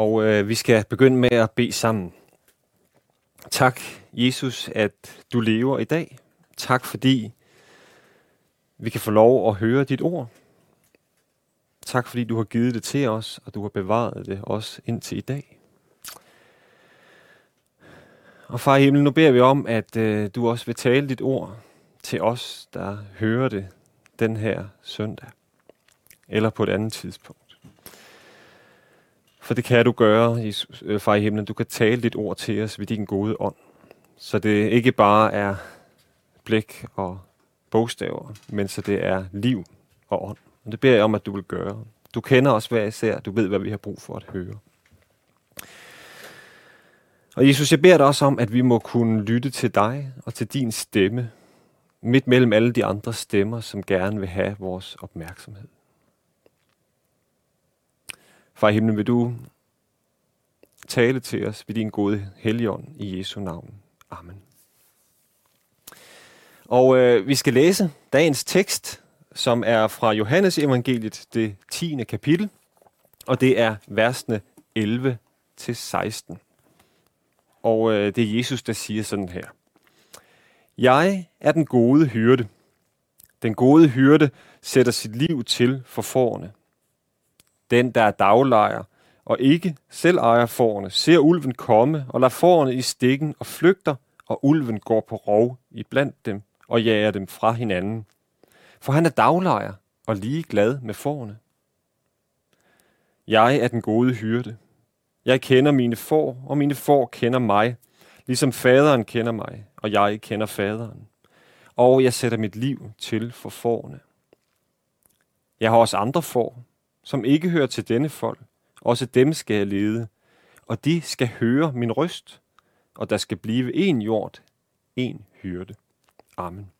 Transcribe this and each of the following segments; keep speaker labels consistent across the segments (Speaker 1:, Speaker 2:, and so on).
Speaker 1: Og vi skal begynde med at bede sammen. Tak, Jesus, at du lever i dag. Tak, fordi vi kan få lov at høre dit ord. Tak, fordi du har givet det til os, og du har bevaret det også indtil i dag. Og far i himlen, nu beder vi om, at du også vil tale dit ord til os, der hører det den her søndag, eller på et andet tidspunkt. For det kan du gøre, Jesus, far i himlen. Du kan tale dit ord til os ved din gode ånd. Så det ikke bare er blæk og bogstaver, men så det er liv og ånd. Og det beder jeg om, at du vil gøre. Du kender os hver især. Du ved, hvad vi har brug for at høre. Og Jesus, jeg beder dig også om, at vi må kunne lytte til dig og til din stemme, midt mellem alle de andre stemmer, som gerne vil have vores opmærksomhed. Far i himlen, vil du tale til os ved din gode Helligånd i Jesu navn. Amen. Og vi skal læse dagens tekst, som er fra Johannes evangeliet, det 10. kapitel, og det er versene 11-16. Og det er Jesus, der siger sådan her. Jeg er den gode hyrde. Den gode hyrde sætter sit liv til for fårene. Den, der er daglejer og ikke selv ejer fårene, ser ulven komme og lader fårene i stikken og flygter, og ulven går på rov iblandt dem og jager dem fra hinanden. For han er daglejer og ligeglad med fårene. Jeg er den gode hyrde. Jeg kender mine får, og mine får kender mig, ligesom faderen kender mig, og jeg kender faderen. Og jeg sætter mit liv til for fårene. Jeg har også andre får, som ikke hører til denne folk. Også dem skal jeg lede, og de skal høre min røst, og der skal blive en hjort, en hyrde. Amen.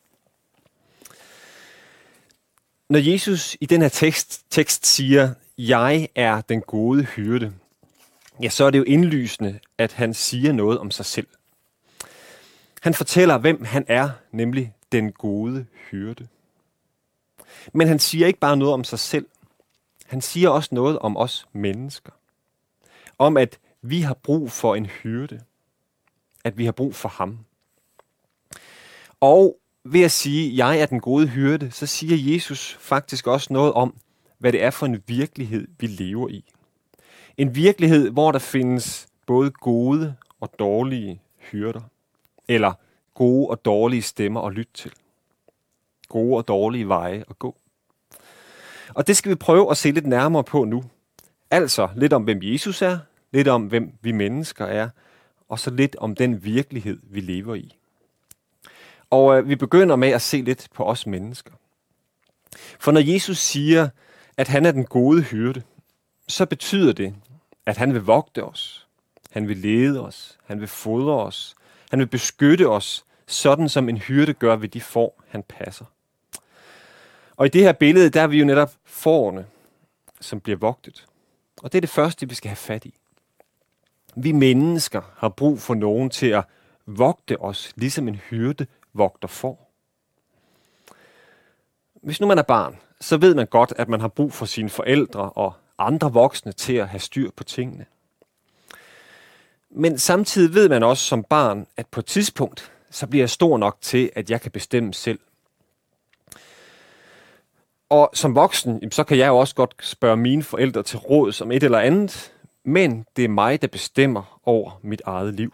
Speaker 1: Når Jesus i den her tekst siger, jeg er den gode hyrde, ja, så er det jo indlysende, at han siger noget om sig selv. Han fortæller, hvem han er, nemlig den gode hyrde. Men han siger ikke bare noget om sig selv. Han siger også noget om os mennesker. Om at vi har brug for en hyrde. At vi har brug for ham. Og ved at sige, jeg er den gode hyrde, så siger Jesus faktisk også noget om, hvad det er for en virkelighed, vi lever i. En virkelighed, hvor der findes både gode og dårlige hyrder. Eller gode og dårlige stemmer at lytte til. Gode og dårlige veje at gå. Og det skal vi prøve at se lidt nærmere på nu. Altså lidt om, hvem Jesus er, lidt om, hvem vi mennesker er, og så lidt om den virkelighed, vi lever i. Og vi begynder med at se lidt på os mennesker. For når Jesus siger, at han er den gode hyrde, så betyder det, at han vil vogte os, han vil lede os, han vil fodre os, han vil beskytte os, sådan som en hyrde gør ved de får, han passer. Og i det her billede, der er vi jo netop fårene, som bliver vogtet. Og det er det første, vi skal have fat i. Vi mennesker har brug for nogen til at vogte os, ligesom en hyrde vogter får. Hvis nu man er barn, så ved man godt, at man har brug for sine forældre og andre voksne til at have styr på tingene. Men samtidig ved man også som barn, at på et tidspunkt, så bliver jeg stor nok til, at jeg kan bestemme selv. Og som voksen, så kan jeg jo også godt spørge mine forældre til råd om et eller andet, men det er mig, der bestemmer over mit eget liv.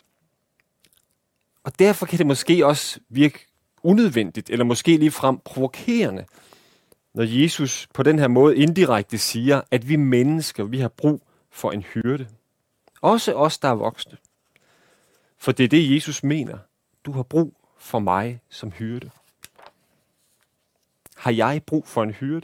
Speaker 1: Og derfor kan det måske også virke unødvendigt, eller måske ligefrem provokerende, når Jesus på den her måde indirekte siger, at vi mennesker, vi har brug for en hyrde. Også os, der er voksne. For det er det, Jesus mener. Du har brug for mig som hyrde. Har jeg brug for en hyrde?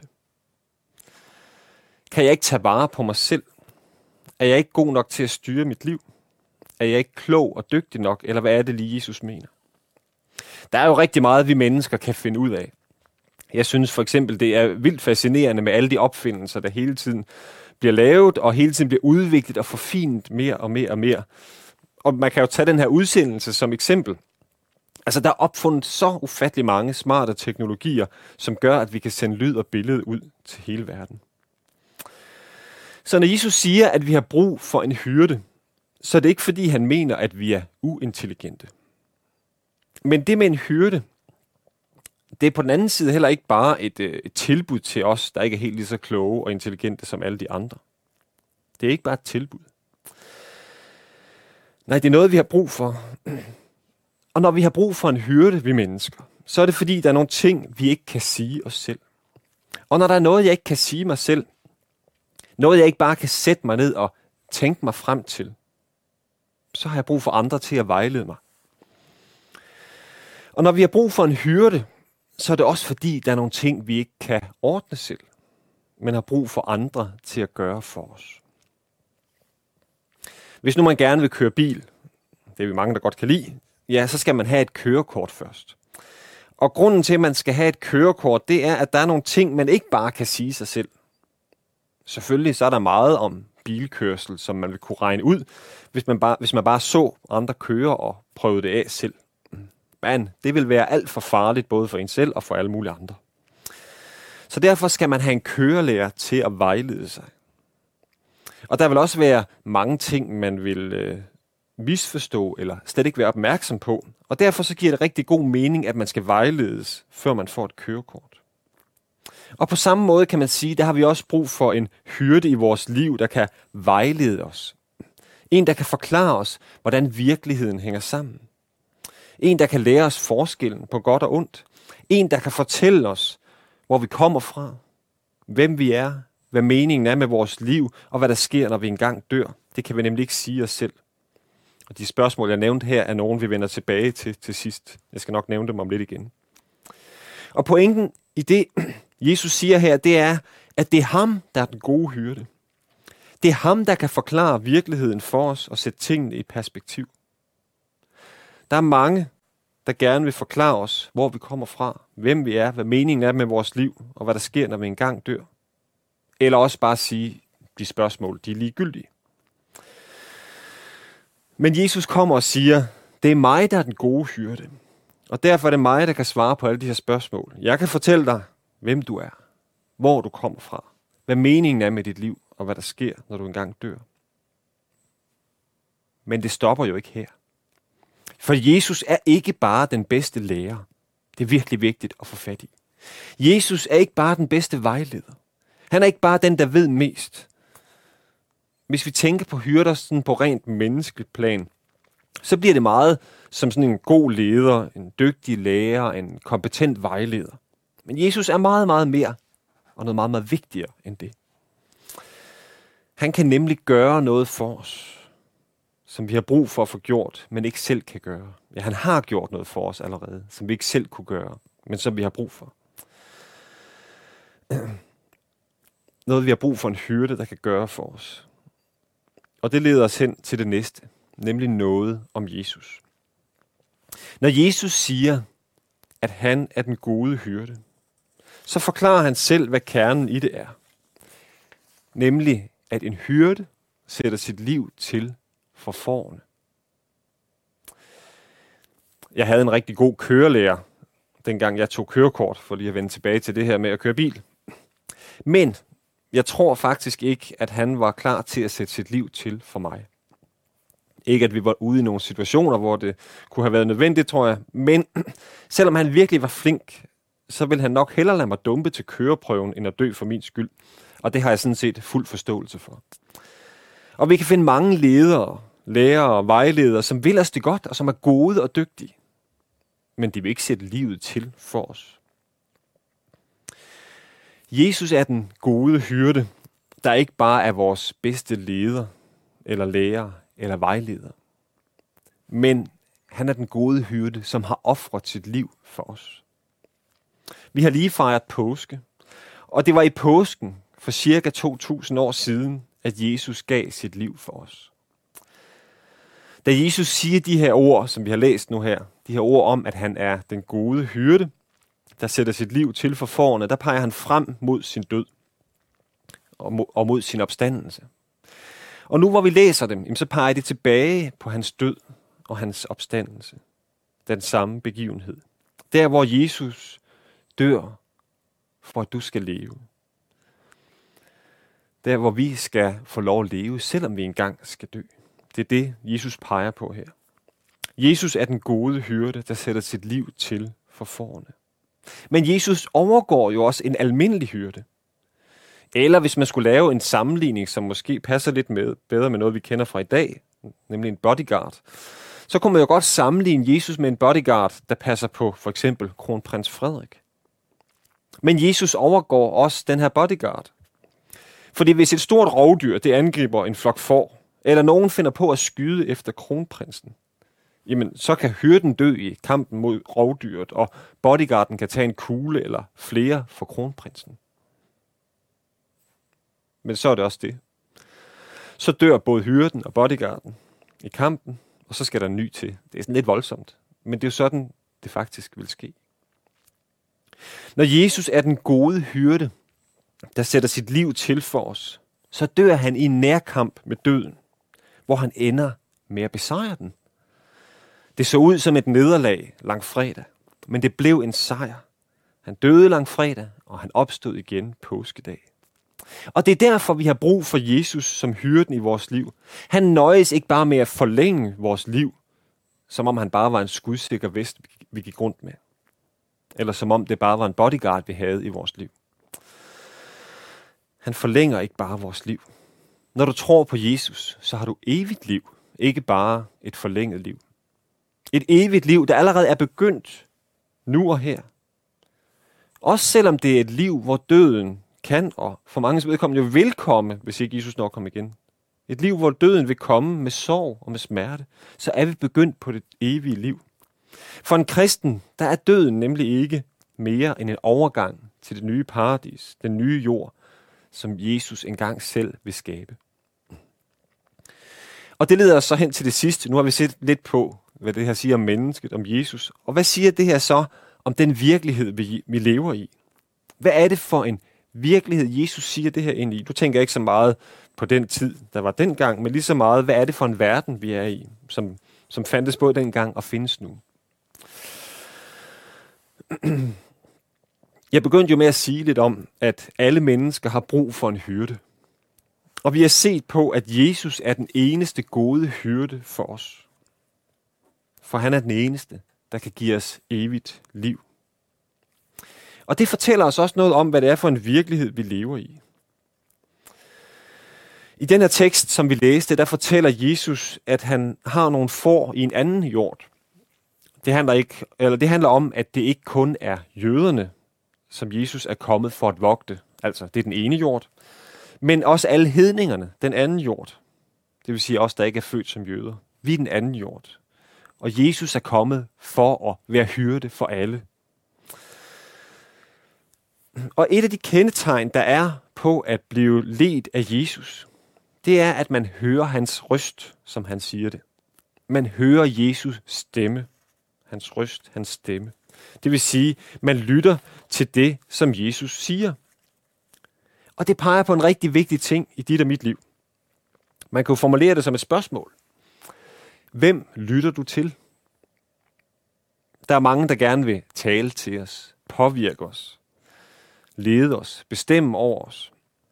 Speaker 1: Kan jeg ikke tage vare på mig selv? Er jeg ikke god nok til at styre mit liv? Er jeg ikke klog og dygtig nok? Eller hvad er det lige, Jesus mener? Der er jo rigtig meget, vi mennesker kan finde ud af. Jeg synes for eksempel, det er vildt fascinerende med alle de opfindelser, der hele tiden bliver lavet, og hele tiden bliver udviklet og forfinet mere og mere og mere. Og man kan jo tage den her udsendelse som eksempel. Altså, der er opfundet så ufattelig mange smarte teknologier, som gør, at vi kan sende lyd og billede ud til hele verden. Så når Jesus siger, at vi har brug for en hyrde, så er det ikke fordi, han mener, at vi er uintelligente. Men det med en hyrde, det er på den anden side heller ikke bare et tilbud til os, der ikke er helt lige så kloge og intelligente som alle de andre. Det er ikke bare et tilbud. Nej, det er noget, vi har brug for. Og når vi har brug for en hyrde, vi mennesker, så er det fordi, der er nogle ting, vi ikke kan sige os selv. Og når der er noget, jeg ikke kan sige mig selv, noget, jeg ikke bare kan sætte mig ned og tænke mig frem til, så har jeg brug for andre til at vejlede mig. Og når vi har brug for en hyrde, så er det også fordi, der er nogle ting, vi ikke kan ordne selv, men har brug for andre til at gøre for os. Hvis nu man gerne vil køre bil, det er vi mange, der godt kan lide, ja, så skal man have et kørekort først. Og grunden til, at man skal have et kørekort, det er, at der er nogle ting, man ikke bare kan sige sig selv. Selvfølgelig så er der meget om bilkørsel, som man vil kunne regne ud, hvis man bare så andre køre og prøvede det af selv. Men det vil være alt for farligt, både for en selv og for alle mulige andre. Så derfor skal man have en kørelærer til at vejlede sig. Og der vil også være mange ting, man vil misforstå eller slet ikke være opmærksom på. Og derfor så giver det rigtig god mening, at man skal vejledes, før man får et kørekort. Og på samme måde kan man sige, der har vi også brug for en hyrde i vores liv, der kan vejlede os. En, der kan forklare os, hvordan virkeligheden hænger sammen. En, der kan lære os forskellen på godt og ondt. En, der kan fortælle os, hvor vi kommer fra, hvem vi er, hvad meningen er med vores liv, og hvad der sker, når vi engang dør. Det kan vi nemlig ikke sige os selv. Og de spørgsmål, jeg nævnte her, er nogen, vi vender tilbage til sidst. Jeg skal nok nævne dem om lidt igen. Og pointen i det, Jesus siger her, det er, at det er ham, der er den gode hyrde. Det er ham, der kan forklare virkeligheden for os og sætte tingene i perspektiv. Der er mange, der gerne vil forklare os, hvor vi kommer fra, hvem vi er, hvad meningen er med vores liv, og hvad der sker, når vi engang dør. Eller også bare sige, de spørgsmål, de er ligegyldige. Men Jesus kommer og siger, det er mig, der er den gode hyrde. Og derfor er det mig, der kan svare på alle de her spørgsmål. Jeg kan fortælle dig, hvem du er, hvor du kommer fra, hvad meningen er med dit liv, og hvad der sker, når du engang dør. Men det stopper jo ikke her. For Jesus er ikke bare den bedste lærer. Det er virkelig vigtigt at få fat i. Jesus er ikke bare den bedste vejleder. Han er ikke bare den, der ved mest. Hvis vi tænker på hyrder sådan på rent menneskeligt plan, så bliver det meget som sådan en god leder, en dygtig lærer, en kompetent vejleder. Men Jesus er meget, meget mere og noget meget, meget vigtigere end det. Han kan nemlig gøre noget for os, som vi har brug for at få gjort, men ikke selv kan gøre. Ja, han har gjort noget for os allerede, som vi ikke selv kunne gøre, men som vi har brug for. Noget, vi har brug for en hyrde, der kan gøre for os. Og det leder os hen til det næste, nemlig noget om Jesus. Når Jesus siger, at han er den gode hyrde, så forklarer han selv, hvad kernen i det er. Nemlig, at en hyrde sætter sit liv til for fårene. Jeg havde en rigtig god kørelærer, dengang jeg tog kørekort, for lige at vende tilbage til det her med at køre bil. Men jeg tror faktisk ikke, at han var klar til at sætte sit liv til for mig. Ikke at vi var ude i nogle situationer, hvor det kunne have været nødvendigt, tror jeg. Men selvom han virkelig var flink, så ville han nok hellere lade mig dumpe til køreprøven, end at dø for min skyld. Og det har jeg sådan set fuld forståelse for. Og vi kan finde mange ledere, lærere og vejledere, som vil os det godt, og som er gode og dygtige. Men de vil ikke sætte livet til for os. Jesus er den gode hyrde, der ikke bare er vores bedste leder, eller lærer, eller vejleder. Men han er den gode hyrde, som har ofret sit liv for os. Vi har lige fejret påske, og det var i påsken for cirka 2000 år siden, at Jesus gav sit liv for os. Da Jesus siger de her ord, som vi har læst nu her, de her ord om, at han er den gode hyrde, der sætter sit liv til for fårene, der peger han frem mod sin død og mod sin opstandelse. Og nu hvor vi læser dem, så peger det tilbage på hans død og hans opstandelse. Den samme begivenhed. Der hvor Jesus dør, for at du skal leve. Der, hvor vi skal få lov at leve, selvom vi engang skal dø. Det er det, Jesus peger på her. Jesus er den gode hyrde, der sætter sit liv til for fårene. Men Jesus overgår jo også en almindelig hyrde. Eller hvis man skulle lave en sammenligning, som måske passer lidt bedre med noget, vi kender fra i dag, nemlig en bodyguard, så kunne man jo godt sammenligne Jesus med en bodyguard, der passer på for eksempel kronprins Frederik. Men Jesus overgår også den her bodyguard. Fordi hvis et stort rovdyr, det angriber en flok får, eller nogen finder på at skyde efter kronprinsen, jamen så kan hyrden dø i kampen mod rovdyret, og bodyguarden kan tage en kugle eller flere for kronprinsen. Men så er det også det. Så dør både hyrden og bodyguarden i kampen, og så skal der en ny til. Det er sådan lidt voldsomt, men det er jo sådan, det faktisk vil ske. Når Jesus er den gode hyrde, der sætter sit liv til for os, så dør han i en nærkamp med døden, hvor han ender med at besejre den. Det så ud som et nederlag langfredag, men det blev en sejr. Han døde langfredag, og han opstod igen påskedag. Og det er derfor, vi har brug for Jesus som hyrden i vores liv. Han nøjes ikke bare med at forlænge vores liv, som om han bare var en skudsikker vest, vi gik rundt med. Eller som om det bare var en bodyguard, vi havde i vores liv. Han forlænger ikke bare vores liv. Når du tror på Jesus, så har du evigt liv, ikke bare et forlænget liv. Et evigt liv, der allerede er begyndt nu og her. Også selvom det er et liv, hvor døden kan, og for mange vedkommende jo vil komme, hvis ikke Jesus når kommer igen. Et liv, hvor døden vil komme med sorg og med smerte, så er vi begyndt på det evige liv. For en kristen, der er døden nemlig ikke mere end en overgang til det nye paradis, den nye jord, som Jesus engang selv vil skabe. Og det leder os så hen til det sidste. Nu har vi set lidt på, hvad det her siger om mennesket, om Jesus. Og hvad siger det her så om den virkelighed, vi lever i? Hvad er det for en virkelighed, Jesus siger det her ind i? Du tænker ikke så meget på den tid, der var dengang, men lige så meget, hvad er det for en verden, vi er i, som fandtes både dengang og findes nu? Jeg begyndte jo med at sige lidt om, at alle mennesker har brug for en hyrde. Og vi har set på, at Jesus er den eneste gode hyrde for os. For han er den eneste, der kan give os evigt liv. Og det fortæller os også noget om, hvad det er for en virkelighed, vi lever i. I den her tekst, som vi læste, der fortæller Jesus, at han har nogle får i en anden hjort. Det handler om, at det ikke kun er jøderne, som Jesus er kommet for at vogte. Altså, det er den ene hjort. Men også alle hedningerne, den anden hjort. Det vil sige os, der ikke er født som jøder. Vi er den anden hjort. Og Jesus er kommet for at være hyrde for alle. Og et af de kendetegn, der er på at blive ledt af Jesus, det er, at man hører hans røst, som han siger det. Man hører Jesus stemme. Hans røst, hans stemme. Det vil sige, man lytter til det, som Jesus siger. Og det peger på en rigtig vigtig ting i dit og mit liv. Man kan jo formulere det som et spørgsmål. Hvem lytter du til? Der er mange, der gerne vil tale til os, påvirke os, lede os, bestemme over os.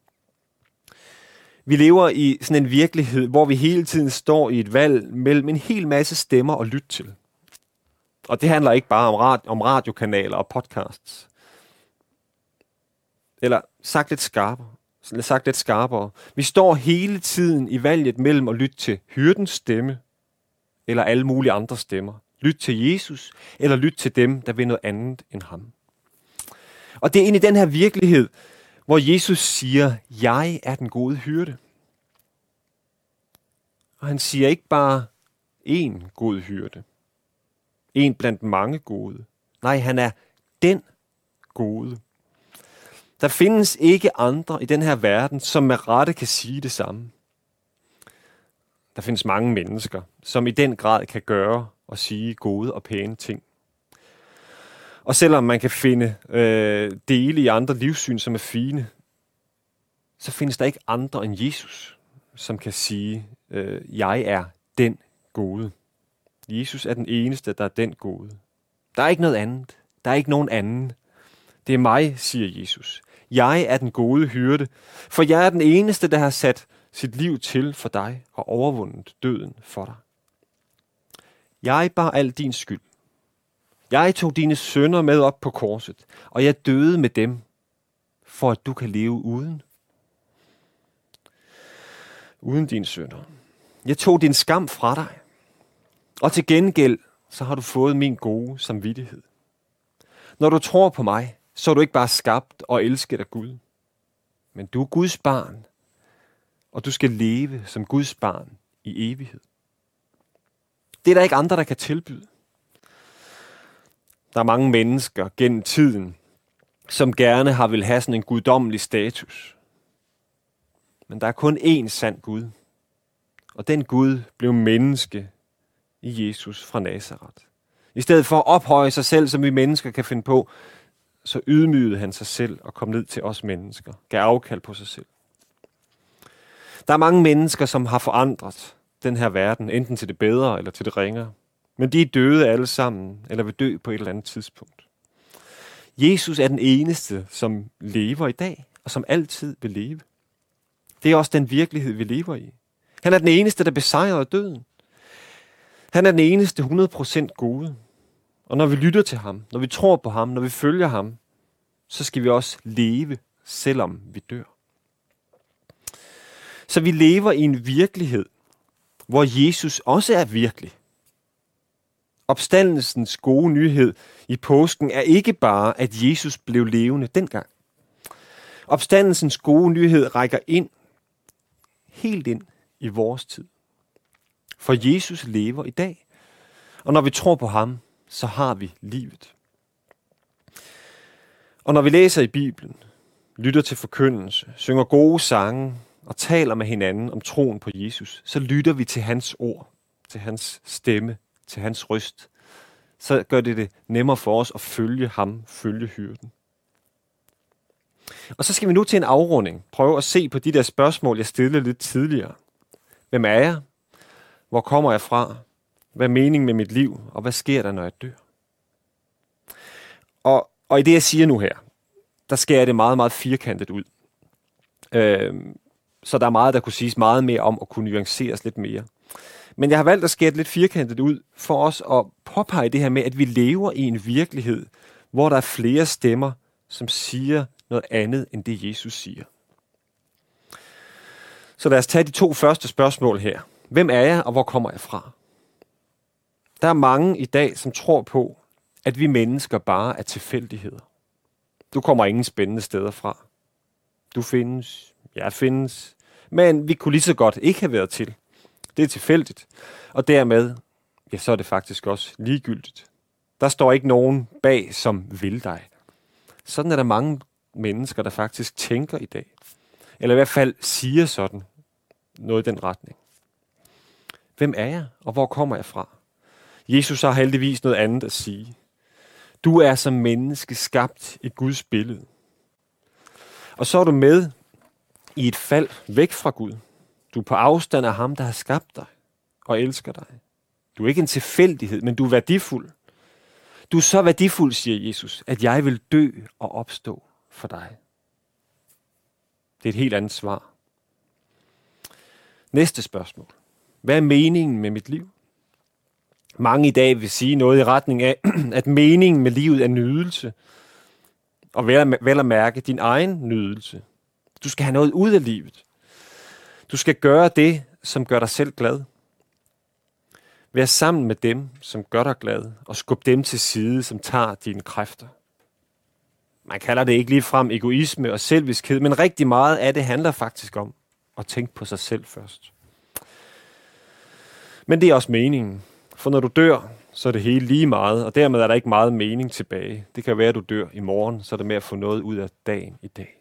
Speaker 1: Vi lever i sådan en virkelighed, hvor vi hele tiden står i et valg mellem en hel masse stemmer at lytte til. Og det handler ikke bare om radiokanaler og podcasts. Eller sagt lidt skarpere. Vi står hele tiden i valget mellem at lytte til hyrdens stemme, eller alle mulige andre stemmer. Lyt til Jesus, eller lyt til dem, der vil noget andet end ham. Og det er ind i den her virkelighed, hvor Jesus siger, jeg er den gode hyrde. Og han siger ikke bare én god hyrde. En blandt mange gode. Nej, han er den gode. Der findes ikke andre i den her verden, som med rette kan sige det samme. Der findes mange mennesker, som i den grad kan gøre og sige gode og pæne ting. Og selvom man kan finde dele i andre livssyn, som er fine, så findes der ikke andre end Jesus, som kan sige, jeg er den gode. Jesus er den eneste, der er den gode. Der er ikke noget andet. Der er ikke nogen anden. Det er mig, siger Jesus. Jeg er den gode hyrde, for jeg er den eneste, der har sat sit liv til for dig og overvundet døden for dig. Jeg bar al din skyld. Jeg tog dine synder med op på korset, og jeg døde med dem, for at du kan leve uden dine synder. Jeg tog din skam fra dig, og til gengæld så har du fået min gode samvittighed. Når du tror på mig, så er du ikke bare skabt og elsket af Gud, men du er Guds barn, og du skal leve som Guds barn i evighed. Det er der ikke andre, der kan tilbyde. Der er mange mennesker gennem tiden, som gerne har vil have sådan en guddommelig status. Men der er kun én sand Gud, og den Gud blev menneske i Jesus fra Nazaret. I stedet for at ophøje sig selv, som vi mennesker kan finde på, så ydmygede han sig selv og kom ned til os mennesker, gav afkald på sig selv. Der er mange mennesker, som har forandret den her verden, enten til det bedre eller til det ringere. Men de er døde alle sammen, eller vil dø på et eller andet tidspunkt. Jesus er den eneste, som lever i dag, og som altid vil leve. Det er også den virkelighed, vi lever i. Han er den eneste, der besejrede døden. Han er den eneste 100% gode. Og når vi lytter til ham, når vi tror på ham, når vi følger ham, så skal vi også leve, selvom vi dør. Så vi lever i en virkelighed, hvor Jesus også er virkelig. Opstandelsens gode nyhed i påsken er ikke bare, at Jesus blev levende dengang. Opstandelsens gode nyhed rækker helt ind i vores tid. For Jesus lever i dag, og når vi tror på ham, så har vi livet. Og når vi læser i Bibelen, lytter til forkyndelse, synger gode sange og taler med hinanden om troen på Jesus, så lytter vi til hans ord, til hans stemme, til hans røst. Så gør det nemmere for os at følge ham, følge hyrden. Og så skal vi nu til en afrunding. Prøve at se på de der spørgsmål, jeg stillede lidt tidligere. Hvem er jeg? Hvor kommer jeg fra? Hvad er meningen med mit liv? Og hvad sker der, når jeg dør? Og i det, jeg siger nu her, der skærer det meget, meget firkantet ud. Så der er meget, der kunne siges meget mere om, og kunne nuanceres lidt mere. Men jeg har valgt at skære det lidt firkantet ud, for os at påpege det her med, at vi lever i en virkelighed, hvor der er flere stemmer, som siger noget andet, end det Jesus siger. Så lad os tage de 2 første spørgsmål her. Hvem er jeg, og hvor kommer jeg fra? Der er mange i dag, som tror på, at vi mennesker bare er tilfældigheder. Du kommer ingen spændende steder fra. Du findes, jeg findes, men vi kunne lige så godt ikke have været til. Det er tilfældigt, og dermed, ja, så er det faktisk også ligegyldigt. Der står ikke nogen bag, som vil dig. Sådan er der mange mennesker, der faktisk tænker i dag. Eller i hvert fald siger sådan noget i den retning. Hvem er jeg, og hvor kommer jeg fra? Jesus har heldigvis noget andet at sige. Du er som menneske skabt i Guds billede. Og så er du med i et fald væk fra Gud. Du er på afstand af ham, der har skabt dig og elsker dig. Du er ikke en tilfældighed, men du er værdifuld. Du er så værdifuld, siger Jesus, at jeg vil dø og opstå for dig. Det er et helt andet svar. Næste spørgsmål. Hvad er meningen med mit liv? Mange i dag vil sige noget i retning af, at meningen med livet er nydelse. Og vel at mærke din egen nydelse. Du skal have noget ud af livet. Du skal gøre det, som gør dig selv glad. Vær sammen med dem, som gør dig glad, og skub dem til side, som tager dine kræfter. Man kalder det ikke ligefrem egoisme og selviskhed, men rigtig meget af det handler faktisk om at tænke på sig selv først. Men det er også meningen, for når du dør, så er det hele lige meget, og dermed er der ikke meget mening tilbage. Det kan være, at du dør i morgen, så er det med at få noget ud af dagen i dag.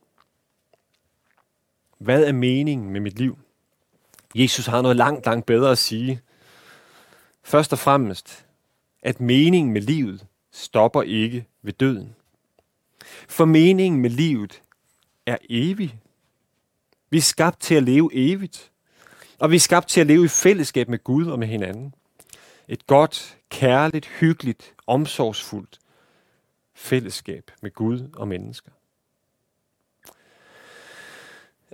Speaker 1: Hvad er meningen med mit liv? Jesus har noget langt, langt bedre at sige. Først og fremmest, at meningen med livet stopper ikke ved døden. For meningen med livet er evig. Vi er skabt til at leve evigt. Og vi er skabt til at leve i fællesskab med Gud og med hinanden. Et godt, kærligt, hyggeligt, omsorgsfuldt fællesskab med Gud og mennesker.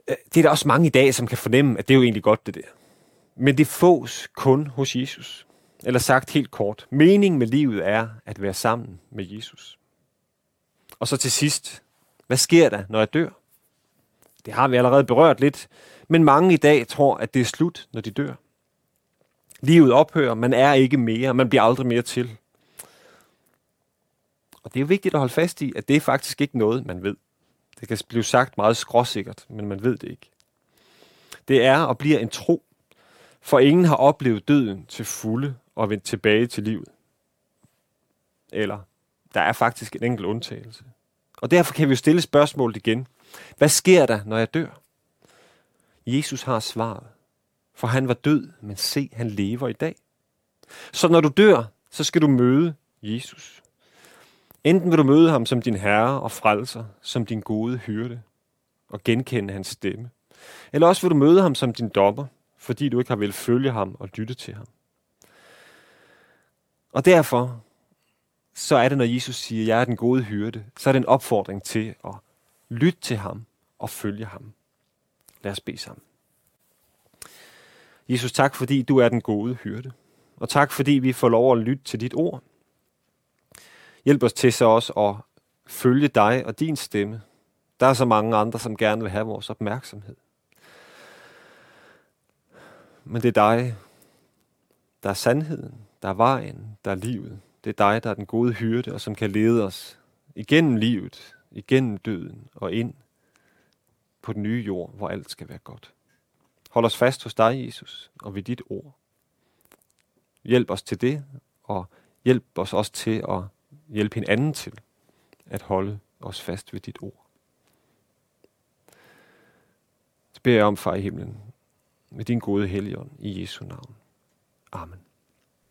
Speaker 1: Det er der også mange i dag, som kan fornemme, at det er jo egentlig godt, det der. Men det fås kun hos Jesus. Eller sagt helt kort, meningen med livet er at være sammen med Jesus. Og så til sidst, hvad sker der, når jeg dør? Det har vi allerede berørt lidt, men mange i dag tror, at det er slut, når de dør. Livet ophører, man er ikke mere, man bliver aldrig mere til. Og det er jo vigtigt at holde fast i, at det er faktisk ikke noget, man ved. Det kan blive sagt meget skråsikkert, men man ved det ikke. Det er og bliver en tro, for ingen har oplevet døden til fulde og vendt tilbage til livet. Eller, der er faktisk en enkelt undtagelse. Og derfor kan vi jo stille spørgsmålet igen. Hvad sker der, når jeg dør? Jesus har svaret. For han var død, men se, han lever i dag. Så når du dør, så skal du møde Jesus. Enten vil du møde ham som din herre og frelser, som din gode hyrde, og genkende hans stemme. Eller også vil du møde ham som din dommer, fordi du ikke har vel følge ham og lytte til ham. Og derfor, så er det, når Jesus siger, jeg er den gode hyrde, så er det en opfordring til at lytte til ham og følge ham. Lad os bede sammen. Jesus, tak fordi du er den gode hyrde. Og tak fordi vi får lov at lytte til dit ord. Hjælp os til så også at følge dig og din stemme. Der er så mange andre, som gerne vil have vores opmærksomhed. Men det er dig, der er sandheden, der er vejen, der er livet. Det er dig, der er den gode hyrde, og som kan lede os igennem livet, igennem døden og ind på den nye jord, hvor alt skal være godt. Hold os fast hos dig, Jesus, og ved dit ord. Hjælp os til det, og hjælp os også til at hjælpe hinanden til at holde os fast ved dit ord. Det beder jeg om, far i himlen, med din gode Helligånd i Jesu navn.